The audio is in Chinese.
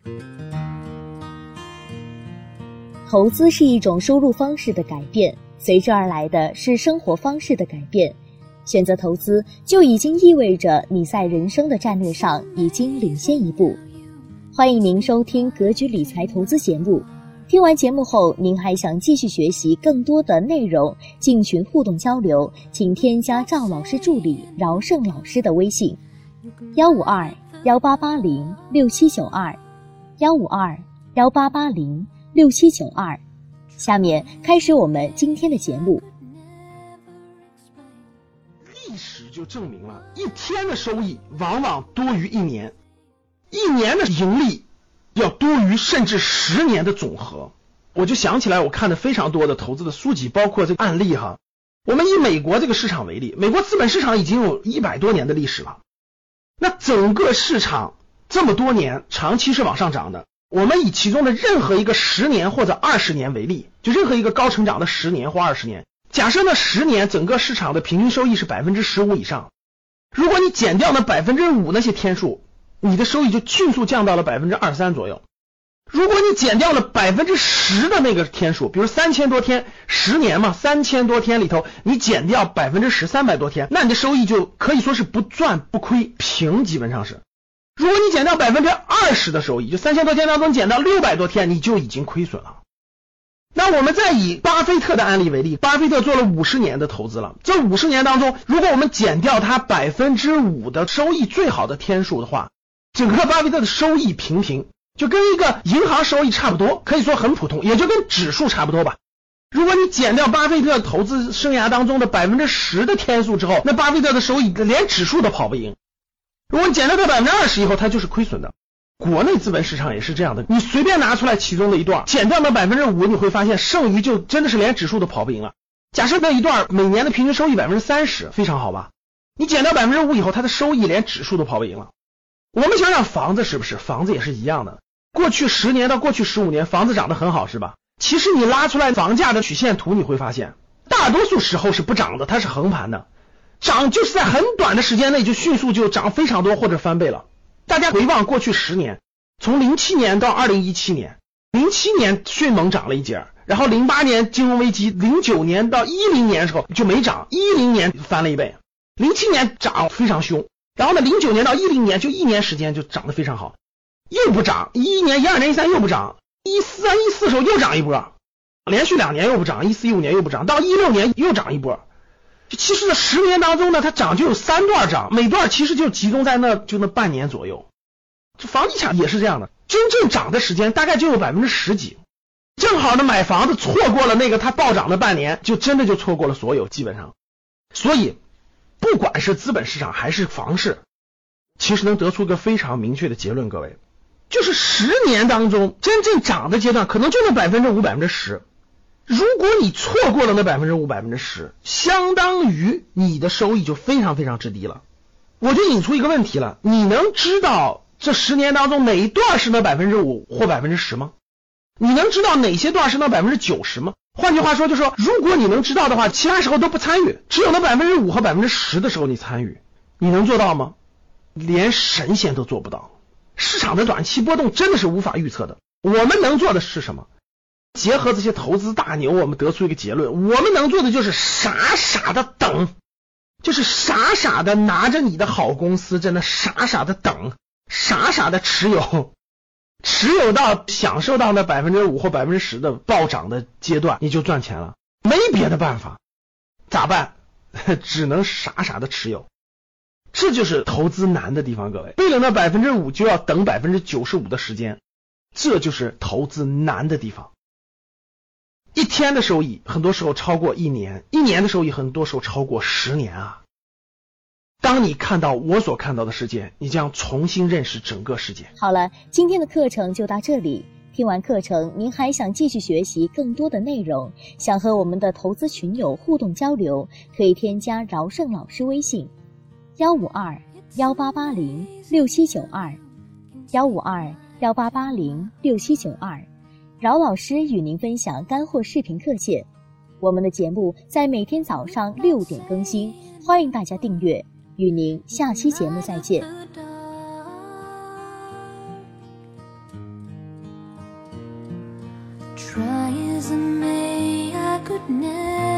投资是一种收入方式的改变，随之而来的是生活方式的改变。选择投资就已经意味着你在人生的战略上已经领先一步。欢迎您收听格局理财投资节目。听完节目后，您还想继续学习更多的内容，进群互动交流，请添加赵老师助理饶胜老师的微信152-1880-6792，152-1880-6792。下面开始我们今天的节目。 历史就证明了，一天的收益往往多于一年，一年的盈利要多于甚至10年的总和。我就想起来我看的非常多的投资的书籍，包括这个案例哈。我们以美国这个市场为例，美国资本市场已经有100多年的历史了，那整个市场这么多年长期是往上涨的。我们以其中的任何一个10年或者20年为例，就任何一个高成长的10年或20年，假设那10年整个市场的平均收益是 15% 以上，如果你减掉那 5% 那些天数，你的收益就迅速降到了 23% 左右。如果你减掉了 10% 的那个天数，比如3000多天，10年嘛，3000多天里头你减掉 10%，300多天，那你的收益就可以说是不赚不亏，平基本上是。如果你减掉 20% 的收益，就3000多天当中减到600多天，你就已经亏损了。那我们再以巴菲特的案例为例，巴菲特做了50年的投资了，这50年当中，如果我们减掉他 5% 的收益最好的天数的话，整个巴菲特的收益平，就跟一个银行收益差不多，可以说很普通，也就跟指数差不多吧。如果你减掉巴菲特投资生涯当中的 10% 的天数之后，那巴菲特的收益连指数都跑不赢。如果你减掉到 20% 以后，它就是亏损的。国内资本市场也是这样的，你随便拿出来其中的一段，减掉那 5%， 你会发现剩余就真的是连指数都跑不赢了。假设那一段每年的平均收益 30%， 非常好吧？你减掉 5% 以后，它的收益连指数都跑不赢了。我们想想房子是不是？房子也是一样的，过去10年到过去15年房子涨得很好是吧？其实你拉出来房价的曲线图，你会发现大多数时候是不涨的，它是横盘的，涨就是在很短的时间内就迅速就涨非常多或者翻倍了。大家回望过去10年，从07年到2017年，07年迅猛涨了一截，然后08年金融危机，09年到10年的时候就没涨，10年翻了一倍，07年涨非常凶，然后呢09年到10年就1年时间就涨得非常好，又不涨，11年12年13又不涨，13 14时候又涨一波，连续2年又不涨，14 15年又不涨，到16年又涨一波。其实这10年当中呢，它涨就有3段涨，每段其实就集中在那半年左右。这房地产也是这样的，真正涨的时间大概就有10%几，正好呢买房子错过了那个它暴涨的半年，就真的就错过了所有基本上。所以不管是资本市场还是房市，其实能得出一个非常明确的结论，各位，就是10年当中真正涨的阶段可能就那 5% 10%。如果你错过了那 5% 10%，相当于你的收益就非常非常之低了。我就引出一个问题了，你能知道这10年当中哪一段是那 5% 或 10% 吗？你能知道哪些段是那 90% 吗？换句话说，就是说如果你能知道的话，其他时候都不参与，只有那 5% 和 10% 的时候你参与，你能做到吗？连神仙都做不到。市场的短期波动真的是无法预测的。我们能做的是什么？结合这些投资大牛，我们得出一个结论，我们能做的就是傻傻的等，就是傻傻的拿着你的好公司，真的傻傻的等，傻傻的持有到享受到那 5% 或 10% 的暴涨的阶段，你就赚钱了，没别的办法。咋办？只能傻傻的持有。这就是投资难的地方，各位，为了那 5% 就要等 95% 的时间，这就是投资难的地方。一天的收益很多时候超过1年，1年的收益很多时候超过10年啊！当你看到我所看到的世界，你将重新认识整个世界。 好了，今天的课程就到这里。听完课程，您还想继续学习更多的内容，想和我们的投资群友互动交流，可以添加饶胜老师微信152-1880-6792，152-1880-6792。饶老师与您分享干货视频课件。我们的节目在每天早上6点更新，欢迎大家订阅。与您下期节目再见。 Try as I may, I could never